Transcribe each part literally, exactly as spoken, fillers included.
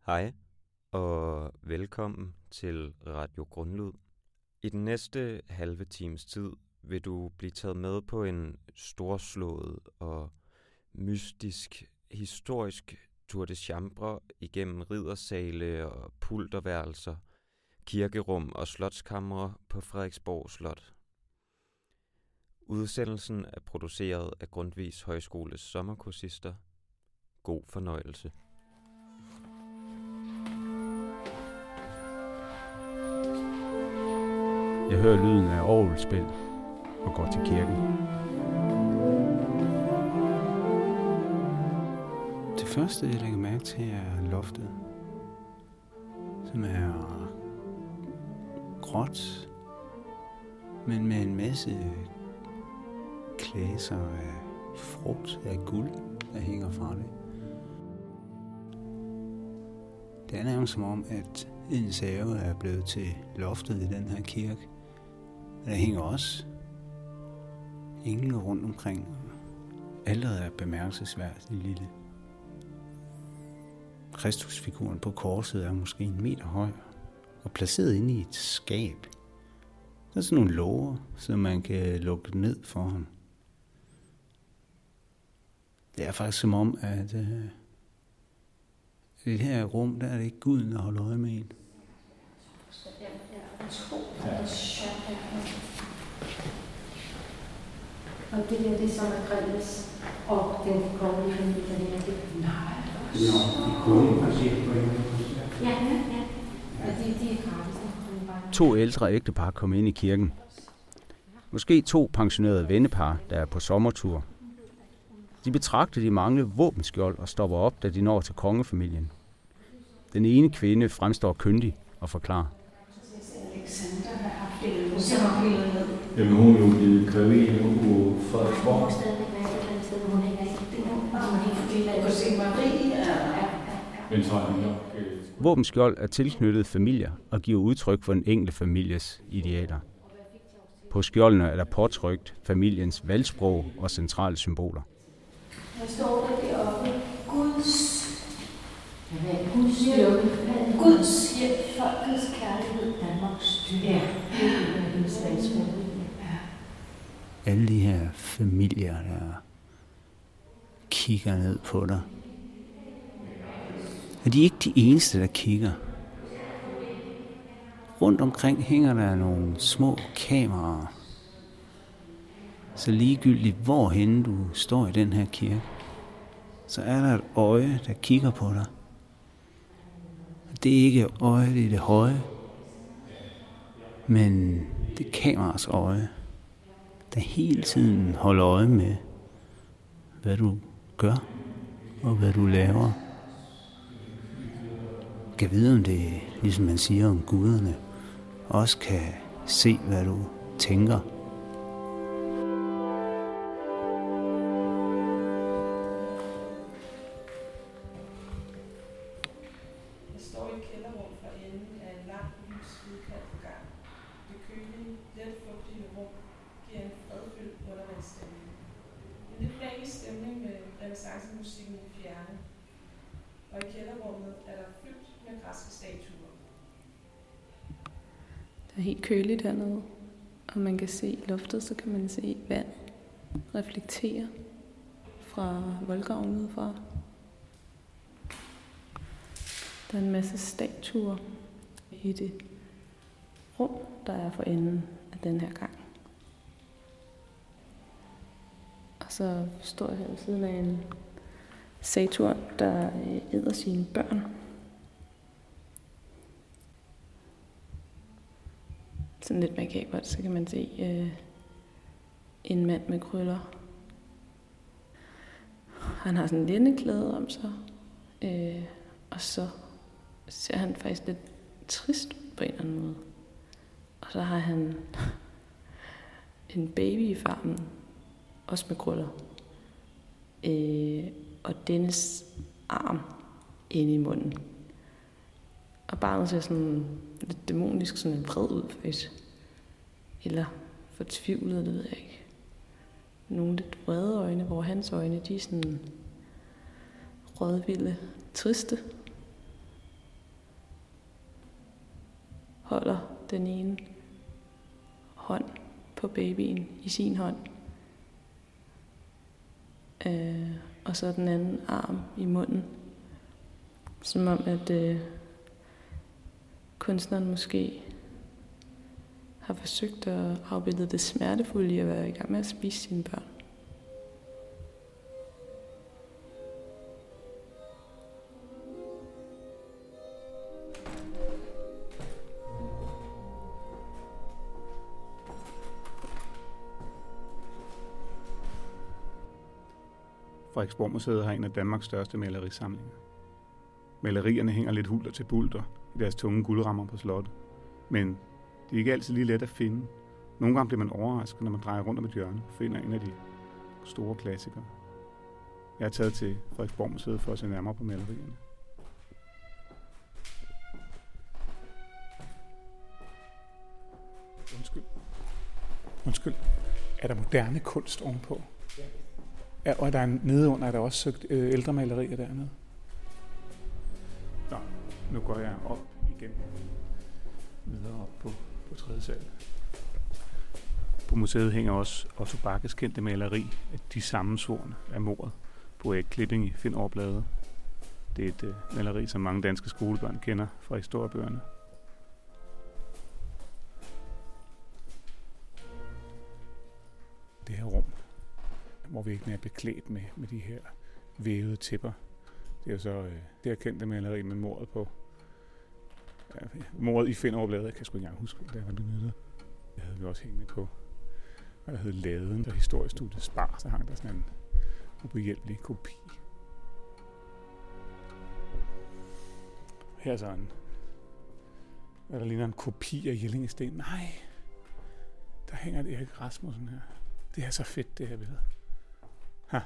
Hej og velkommen til Radio Grundlyd. I den næste halve times tid vil du blive taget med på en storslået og mystisk historisk tour de chambre igennem riddersale og pulterværelser, kirkerum og slotskamre på Frederiksborg Slot. Udsendelsen er produceret af Grundtvigs Højskoles sommerkursister. God fornøjelse. Jeg hører lyden af orgelspil og går til kirken. Det første, jeg lægger mærke til, er loftet, som er gråt, men med en masse klaser af frugt af guld, der hænger fra det. Det er nærmest som om, at en save er blevet til loftet i den her kirke. Der hænger også engle rundt omkring. Alteret er bemærkelsesværdigt lille. Kristusfiguren på korset er måske en meter høj og placeret inde i et skab. Der er sådan nogle låger, så man kan lukke ned for ham. Det er faktisk som om, at øh, i det her rum, der er det ikke Guden, der holder øje med en. Og det der, det er så Margrethes og den kongelige familie, der ligger det. Nej, det er kongelige patienter på en Ja, ja, ja. Ja, de, de er gratis. To ældre ægtepar kom ind i kirken. Måske to pensionerede vennepar, der er på sommertur. De betragter de mange våbenskjold og stopper op, da de når til kongefamilien. Den ene kvinde fremstår kyndig og forklarer. Alexander har haft det, og så har vi ned. Jamen hun er jo blevet gravide på Frederiksborg. Hun er stadigvæk været et eller andet sted, hun hænger ikke. Det er hun, og hun er fordi, man kan se Marie. Men så er nok... Våbenskjold er tilknyttet familier og giver udtryk for den enkelte families idealer. På skjoldene er der påtrykt familiens valgsprog og centrale symboler. Hvad står der deroppe? Guds... Hvad er Guds hjælp? Guds hjælp, folkets kærlighed, Danmarks styrke. Ja, det er hendes valgsprog. Alle de her familier, der kigger ned på dig. Og de er ikke de eneste, der kigger. Rundt omkring hænger der nogle små kameraer. Så ligegyldigt hvorhenne du står i den her kirke, så er der et øje, der kigger på dig. Det er ikke øjet i det høje, men det er kameraets øje, der hele tiden holder øje med, hvad du gør og hvad du laver. Kan vide, om det, ligesom man siger om guderne, også kan se, hvad du tænker. Jeg står i et kælderrum for enden af en lang, lys, udkant gang. Det kølige, let fugtige rum giver en fredfyldt undervandsstemning. En lidt magisk stemning med renæssancemusikken i fjerne. Og i kælderrummet er der fyldt med græske statuer. Det er helt køligt hernede, og man kan se i loftet, så kan man se vand reflektere fra voldgraven udefra. Der er en masse statuer i det rum, der er for enden af den her gang. Og så står jeg her ved siden af en Saturn, der æder sine børn. Sådan lidt makabert, så kan man se øh, en mand med krøller. Han har sådan en lændeklæde om sig, øh, og så ser han faktisk lidt trist ud på en eller anden måde. Og så har han en baby i farmen, også med krøller. Øh, og dennes arm inde i munden. Og barnet ser sådan lidt dæmonisk, sådan en vred ud faktisk. Eller fortvivlet, det ved jeg ikke. Nogle lidt vrede øjne, hvor hans øjne, de er sådan rødvilde, triste. holder den ene hånd på babyen i sin hånd. Øh, og så den anden arm i munden. Som om, at øh, kunstneren måske har forsøgt at afbilde det smertefulde i at være i gang med at spise sine børn. Frederiksborg Museet har en af Danmarks største malerisamlinger. Malerierne hænger lidt hulter til bulter i deres tunge guldrammer på slottet. Men de er ikke altid lige let at finde. Nogle gange bliver man overrasket, når man drejer rundt om et hjørne og finder en af de store klassikere. Jeg er taget til Frederiksborg Museet for at se nærmere på malerierne. Undskyld. Undskyld. Er der moderne kunst ovenpå? Ja, og der er nedenunder, er der også søgt øh, ældre malerier dernede. Nå, nu går jeg op igen. Videre op på, på tredje sal. På museet hænger også Otto Bakkes kendte maleri, De sammensvorne af mordet, på Erik Klipping i Finderup-bladet. Det er et øh, maleri, som mange danske skolebørn kender fra historiebøgerne. Det her rum, hvor væggene er beklædt med, med de her vævede tæpper. Det er jo så øh, det her kendte maleri med mordet på. Ja, mordet i Finderup-bladet, jeg kan sgu ikke engang huske, hvad det var benyttet. Det havde vi også hængende på, hvad der hed Laden, der historiestudiet Spar, så hang der sådan en ubehjælpelig kopi. Her er så en, hvad der ligner en kopi af Jellingesten. Nej, der hænger det Erik Rasmussen her. Det er så fedt, det her billede. Ha.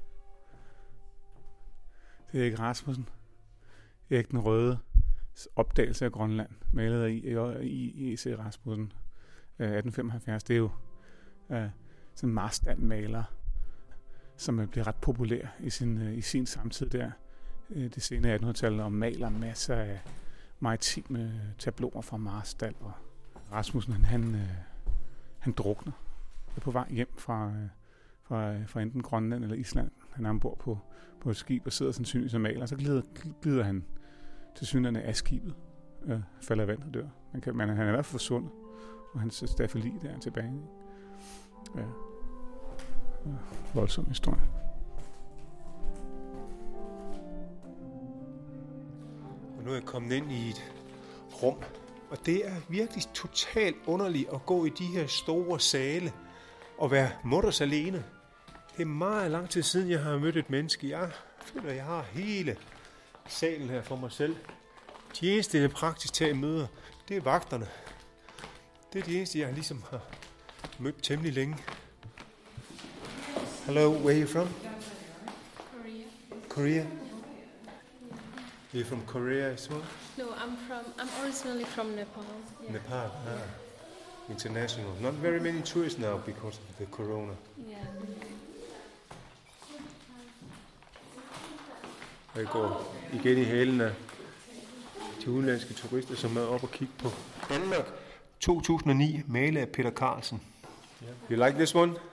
Det er Erik Rasmussen. Erik den Røde opdagelse af Grønland, malet af I E C Rasmussen, atten femoghalvfjerds. Det er jo uh, sådan en marstandmaler, som bliver ret populær i sin, uh, i sin samtid der. Uh, det sene attenhundredetallet, og maler masser af maritime tabloer fra Marstal. Og Rasmussen, han, han, uh, han drukner. Er på vej hjem fra, uh, fra, fra enten Grønland eller Island. Han er ombord på, på et skib og sidder sandsynligvis som maler, og så glider, glider han til synligheden af skibet, øh, falder i vand og dør. Man kan, man, han er i hvert fald forsvundet, og hans staffeli der er tilbage. Ja. Ja. Voldsom historie. Og nu er jeg kommet ind i et rum, og det er virkelig totalt underligt at gå i de her store sale og være mutters alene. Det er meget lang tid siden, jeg har mødt et menneske. Jeg føler, at jeg har hele salen her for mig selv. De eneste, jeg praktisk taget møder, det er vagterne. Det er de eneste, jeg ligesom har mødt temmelig længe. Hello, where are you from? Korea. Korea? You're from Korea as well? No, I'm from. I'm originally from Nepal. Yeah. Nepal, ah. International. Not very many tourists now because of the corona. Yeah. Jeg går igen i hælen af de udenlandske turister, som er oppe og kigge på Danmark. to tusind og ni, malet af Peter Carlsen. You like this one?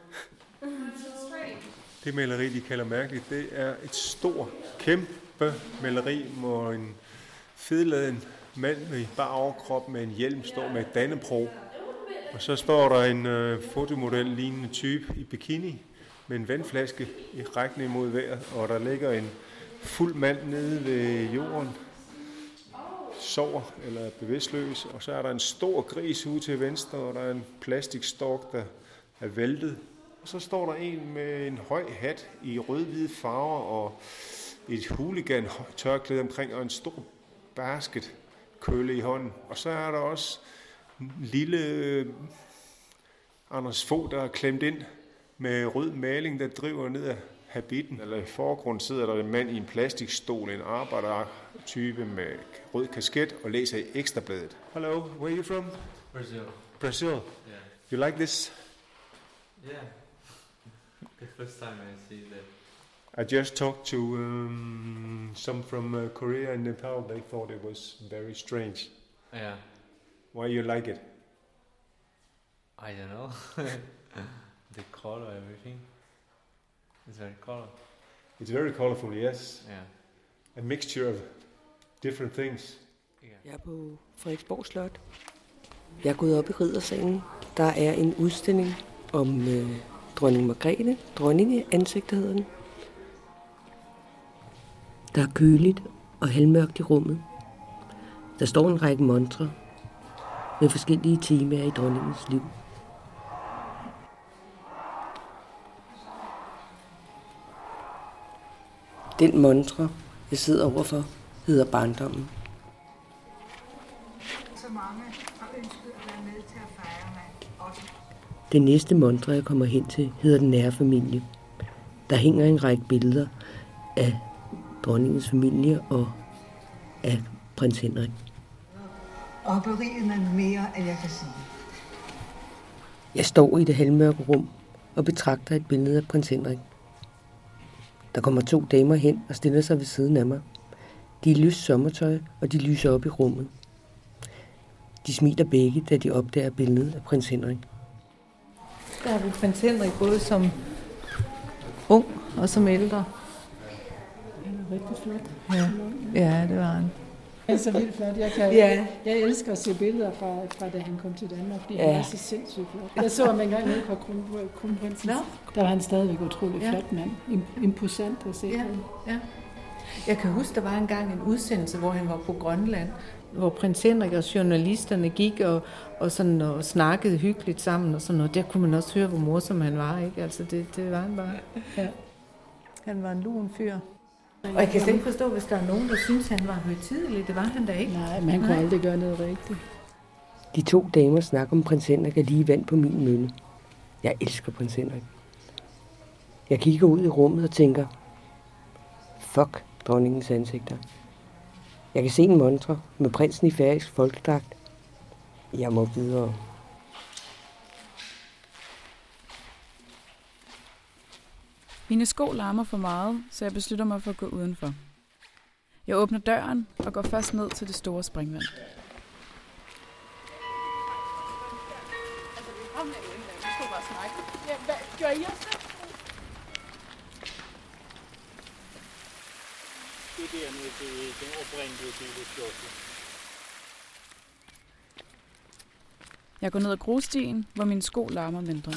Det maleri, de kalder mærkeligt, det er et stort, kæmpe maleri, hvor en fedladen mand i bar overkrop med en hjelm står med et Dannebrog. Og så står der en øh, fotomodel lignende type i bikini med en vandflaske i rækken imod vejret, og der ligger en fuld mand nede ved jorden, sover eller er bevidstløs, og så er der en stor gris ude til venstre, og der er en plastikstork, der er væltet. Og så står der en med en høj hat i rød-hvide farver og et hooligan tørklæde omkring, og en stor basket køle i hånden. Og så er der også en lille Anders Fogh, der er klemt ind med rød maling, der driver ned ad habitten. Eller i forgrund sidder der en mand i en plastikstol, en arbejdertype med rød kasket og læser i Ekstrabladet. Hello, where are you from? Brazil. Brazil? Yeah. You like this? Yeah. The first time I see that. I just talked to um, some from uh, Korea and Nepal. They thought it was very strange. Yeah. Why you like it? I don't know. The color, everything. It's very colorful. It's very colorful, yes. Yeah. A mixture of different things. Jeg er på Frederiksborg Slot. Jeg er gået op i riddersalen. Der er en udstilling om øh, dronning Margrethe. Dronningeansigtet hedder den. Der er køligt og halvmørkt i rummet. Der står en række montrer med forskellige temaer i dronningens liv. Den montre, jeg sidder overfor, hedder barndommen. Så mange har ønsket at være med til at fejre mig også. Den næste montre, jeg kommer hen til, hedder den nære familie. Der hænger en række billeder af dronningens familie og af prins Henrik. Og beriget mig mere, end jeg kan sige. Jeg står i det halvmørke rum og betragter et billede af prins Henrik. Der kommer to damer hen og stiller sig ved siden af mig. De er i lyst sommertøj, og de lyser op i rummet. De smiler begge, da de opdager billedet af prins Henrik. Der har vi prins Henrik både som ung og som ældre. Han er rigtig flot. Ja, ja det var han. Han er så vildt flot. Jeg, kan, ja. jeg elsker at se billeder fra, fra da han kom til Danmark, fordi ja. han er så sindssygt flot. Jeg så ham engang nede på kronprinsen. No. Der var han stadigvæk utrolig ja. flot mand. Imposant at se ja. ja. Jeg kan huske, der var engang en udsendelse, hvor han var på Grønland, hvor prins Henrik og journalisterne gik og, og, sådan, og snakkede hyggeligt sammen og sådan noget. Der kunne man også høre, hvor morsom han var, ikke? Altså, det, det var han bare. Ja. Han var en lun fyr. Og jeg kan slet ikke forstå, hvis der er nogen, der synes, han var højtidelig. Det var han da ikke. Nej, men han kunne Nej. aldrig gøre noget rigtigt. De to damer snakker om prins Henrik er lige vand på min mølle. Jeg elsker prins Henrik. Jeg kigger ud i rummet og tænker, fuck dronningens ansigter. Jeg kan se en montre med prinsen i færøsk folkedragt. Jeg må videre. Mine sko larmer for meget, så jeg beslutter mig for at gå udenfor. Jeg åbner døren og går først ned til det store springvand. Det er dernede til den oprindelige del af slottet. Jeg går ned ad grusstien, hvor mine sko larmer mindre.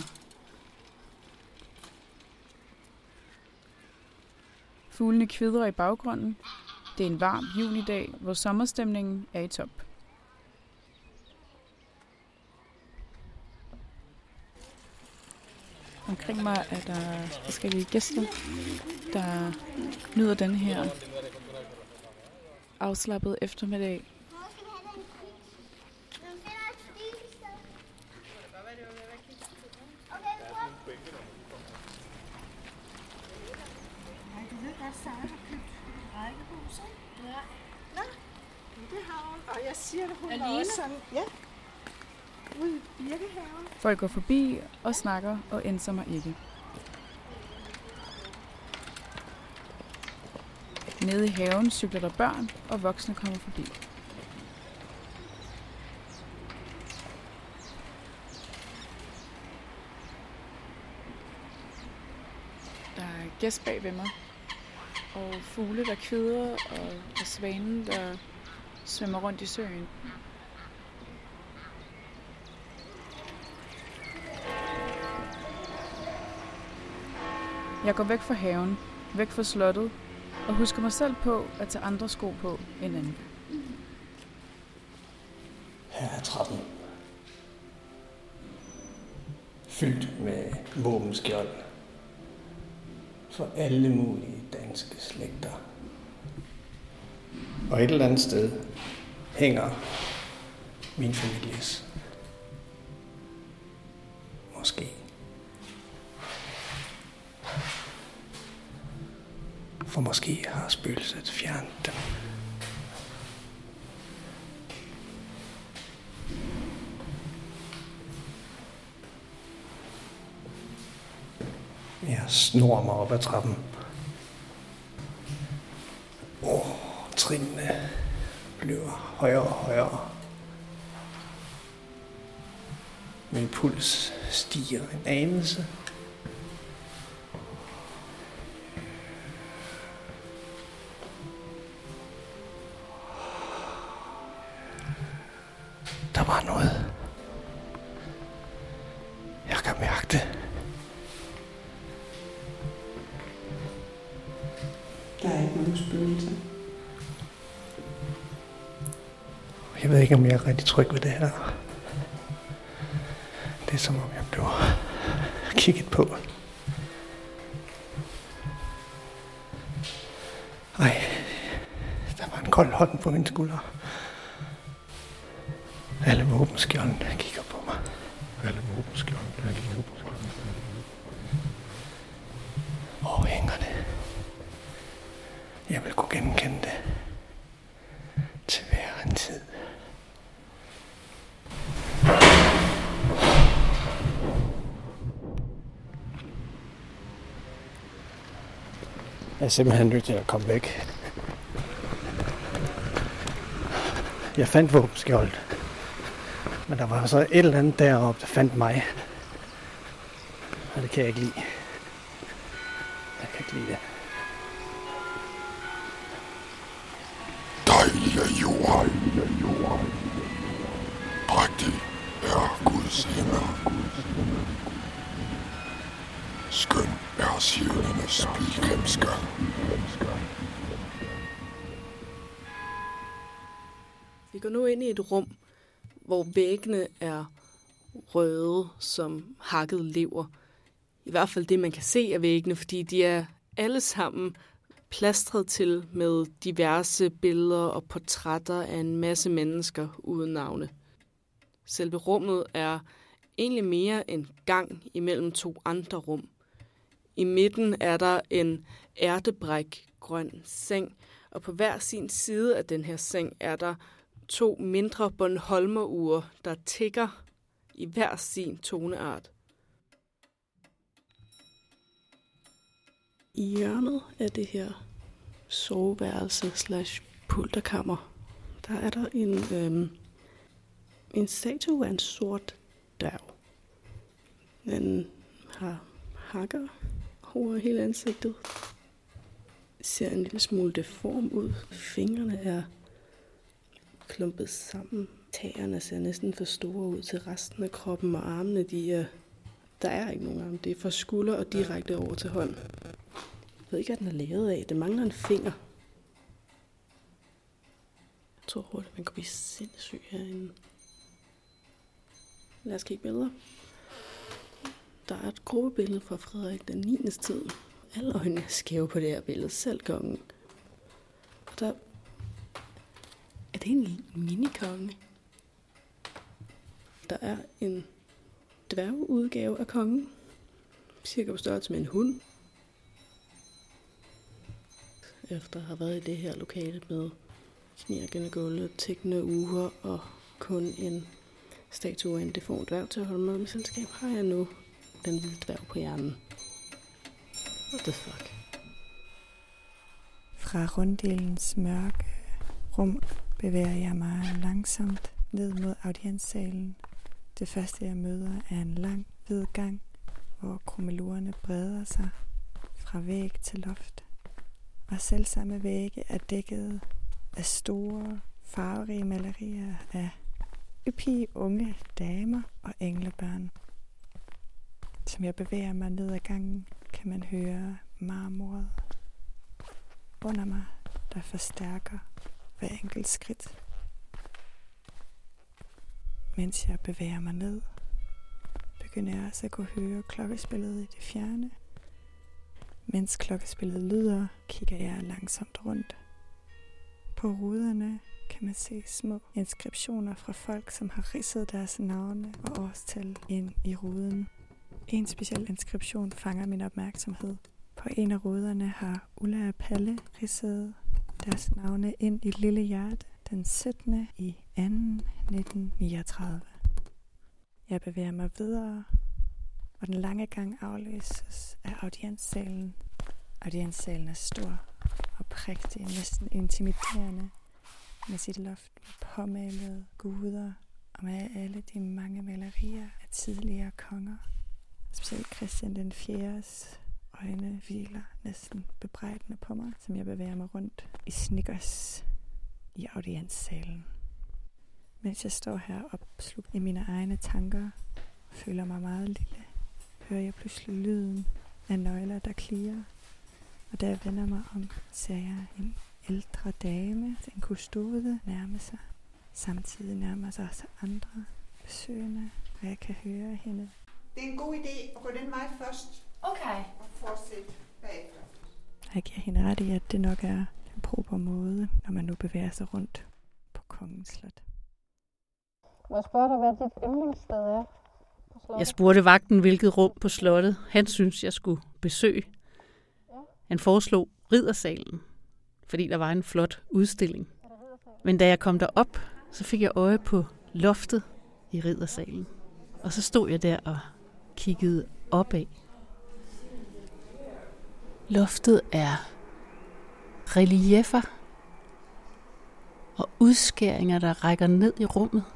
Fuglene kvidrer i baggrunden. Det er en varm junidag, hvor sommerstemningen er i top. Omkring mig er der forskellige gæster, der nyder den her afslappede eftermiddag. Jeg siger det, hun var også sådan, ja, ude i Birkehaven. Folk går forbi og snakker og ændrer mig ikke. Nede i haven cykler der børn, og voksne kommer forbi. Der er gæst bag ved mig, og fugle, der kvidrer, og, og svanen, der svømmer rundt i søen. Jeg går væk fra haven, væk fra slottet, og husker mig selv på at tage andre sko på en anden. Her er trappen. Fyldt med våbenskjold. For alle mulige danske slægter. Og et eller andet sted hænger min families. Måske. For måske har spøgelset fjernet dem. Jeg snor mig op ad trappen. Åh, trinene bliver højere og højere. Min puls stiger en anelse. Der var noget. Jeg kan mærke det. Der er ikke nogen spøgelser. Jeg ved ikke, om jeg er rigtig tryg ved det her. Det er som om, jeg blev kigget på. Ej, der var en kold hånd på min skulder. Alle våbenskjoldene kigger på mig. Alle våbenskjoldene kigger på mig. Hvor hænger det? Jeg vil kunne genkende det. Til hver en tid. Jeg er simpelthen nødt til at komme væk. Jeg fandt våbenskjoldet. Men der var så et eller andet deroppe, der fandt mig. Og det kan jeg ikke lide. Jeg kan ikke lide det. Dejlig jord, jord. Prægtig er Guds himmel. Skøn er sjælenes pilgrimsgang. Vi går nu ind i et rum, hvor væggene er røde som hakket lever. I hvert fald det, man kan se af væggene, fordi de er alle sammen plastret til med diverse billeder og portrætter af en masse mennesker uden navne. Selve rummet er egentlig mere en gang imellem to andre rum. I midten er der en ærtebrækgrøn seng, og på hver sin side af den her seng er der to mindre Bornholmerure, der tikker i hver sin toneart. I hjørnet af det her soveværelse slash pulterkammer, der er der en, øhm, en statue af en sort dværg. Den har hakker over hele ansigtet. Ser en lille smule deform ud. Fingrene er klumpet sammen. Tæerne ser næsten for store ud til resten af kroppen, og armene, de er... Der er ikke nogen arme. Det er fra skulder og direkte over til hånd. Jeg ved ikke, hvad den er lavet af. Det mangler en finger. Jeg tror hurtigt, man kan blive sindssyg herinde. Lad os kigge billeder. Der er et gruppebillede fra Frederik den niendes tid. Alle øjnene er skæve på det her billede. Selv kongen. Og der... Er det en minikonge? Der er en dværgeudgave af kongen. Cirka på størrelse med en hund. Efter at have været i det her lokale med knirkende gulve, tikkende uger og kun en statue af en deform dværg til at holde med i selskab, har jeg nu den lille dværg på hjernen. What the fuck? Fra runddelens mørke rum bevæger jeg mig langsomt ned mod audienssalen. Det første jeg møder er en lang, hvid gang, hvor krummelurerne breder sig fra væg til loft. Og selvsamme vægge er dækket af store, farverige malerier af yppige unge damer og englebørn. Som jeg bevæger mig ned ad gangen, kan man høre marmoret under mig, der forstærker hver enkelt skridt. Mens jeg bevæger mig ned, begynder jeg også at kunne høre klokkespillet i det fjerne. Mens klokkespillet lyder, kigger jeg langsomt rundt. På ruderne kan man se små inskriptioner fra folk, som har ridset deres navne og årstal ind i ruden. En speciel inskription fanger min opmærksomhed. På en af ruderne har Ulla og Palle ridset deres navne ind i et lille hjerte den syttende i anden nitten niogtredive. Jeg bevæger mig videre, og den lange gang afløses af audienssalen. Audienssalen er stor og prægtig, næsten intimiderende, med sit loft med påmalede guder og med alle de mange malerier af tidligere konger. Specielt Christian den fjerdes øjne hviler næsten bebrejdende på mig, som jeg bevæger mig rundt i Snickers i audienssalen. Mens jeg står her opslugt i mine egne tanker og føler mig meget lille, hører jeg pludselig lyden af nøgler, der klirrer. Og da jeg vender mig om, ser jeg en ældre dame, en kustode, nærme sig. Samtidig nærmer sig også andre besøgende, og jeg kan høre hende. Det er en god idé at gå den vej først. Okay. Og fortsætte bagefter. Jeg giver hende ret i, at det nok er en proper måde, når man nu bevæger sig rundt på Kongens Slot. Må jeg spørge dig, hvad dit yndlingssted er på slottet? Jeg spurgte vagten, hvilket rum på slottet han synes, jeg skulle besøge. Han foreslog Riddersalen, fordi der var en flot udstilling. Men da jeg kom derop, så fik jeg øje på loftet i Riddersalen. Og så stod jeg der og kiggede opad. Loftet er reliefer og udskæringer, der rækker ned i rummet.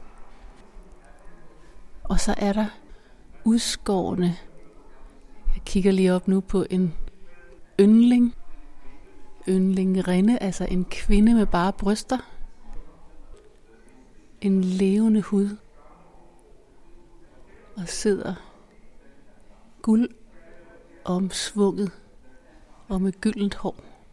Og så er der udskårne. Jeg kigger lige op nu på en yndling. Yndlingerinde, altså en kvinde med bare bryster. En levende hud. Og sidder guld omsvunget og med gyldent hår.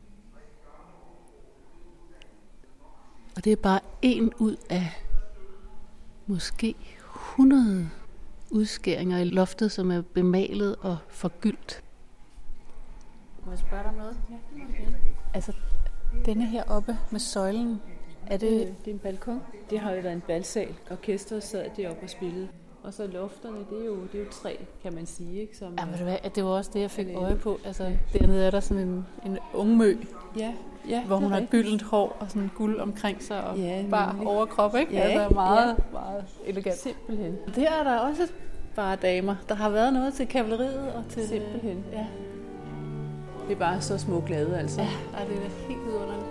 Og det er bare en ud af måske hundrede udskæringer i loftet, som er bemalet og forgyldt. Må jeg spørge dig om noget? Ja. Altså, denne her oppe med søjlen, er det... Det, det er en balkon. Det har jo været en balsal. Orkestret sad deroppe og spillede. Og så lofterne, det er jo, det er jo træ, kan man sige. Ikke? Som, ja, men det var, det var også det, jeg fik øje på. Altså, dernede er der sådan en, en ungmø, ja, ja, hvor hun har gyldent hår og sådan guld omkring sig og ja, bare overkrop, ikke? Ja, altså meget, ja. meget elegant. Simpelthen. Der er der også bare damer. Der har været noget til kavaleriet og til... Simpelthen. Ja. Det er bare så små glade, altså. Ja, ej, det er helt vidunderligt.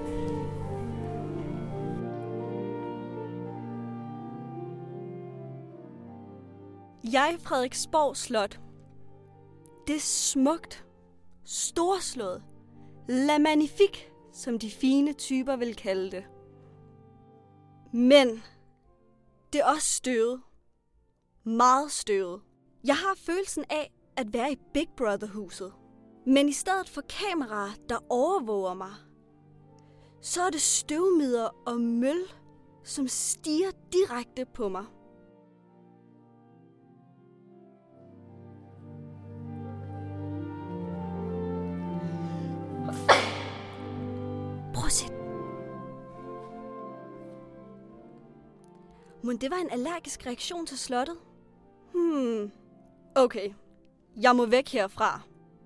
Jeg Frederiksborg Slot. Det er smukt, storslået, la magnifique, som de fine typer vil kalde det. Men det er også støvet. Meget støvet. Jeg har følelsen af at være i Big Brother-huset. Men i stedet for kameraer, der overvåger mig, så er det støvmider og møl, som stiger direkte på mig. Prøv at se. Men det var en allergisk reaktion til slottet? Hmm. Okay. Jeg må væk herfra.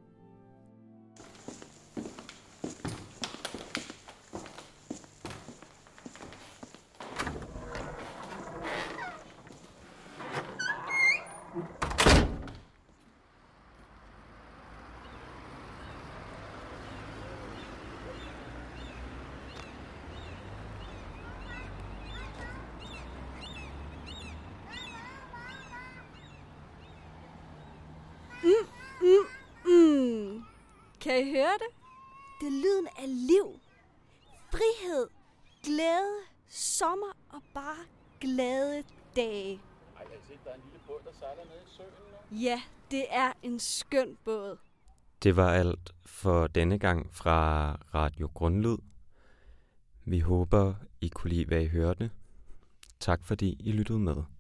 Kan I høre det? Det er lyden af liv. Frihed, glæde, sommer og bare glade dage. Ej, jeg kan se, der er en lille båd, der sejler nede i søen nu. Ja, det er en skøn båd. Det var alt for denne gang fra Radio Grundlyd. Vi håber, I kunne lide, hvad I hørte. Tak fordi I lyttede med.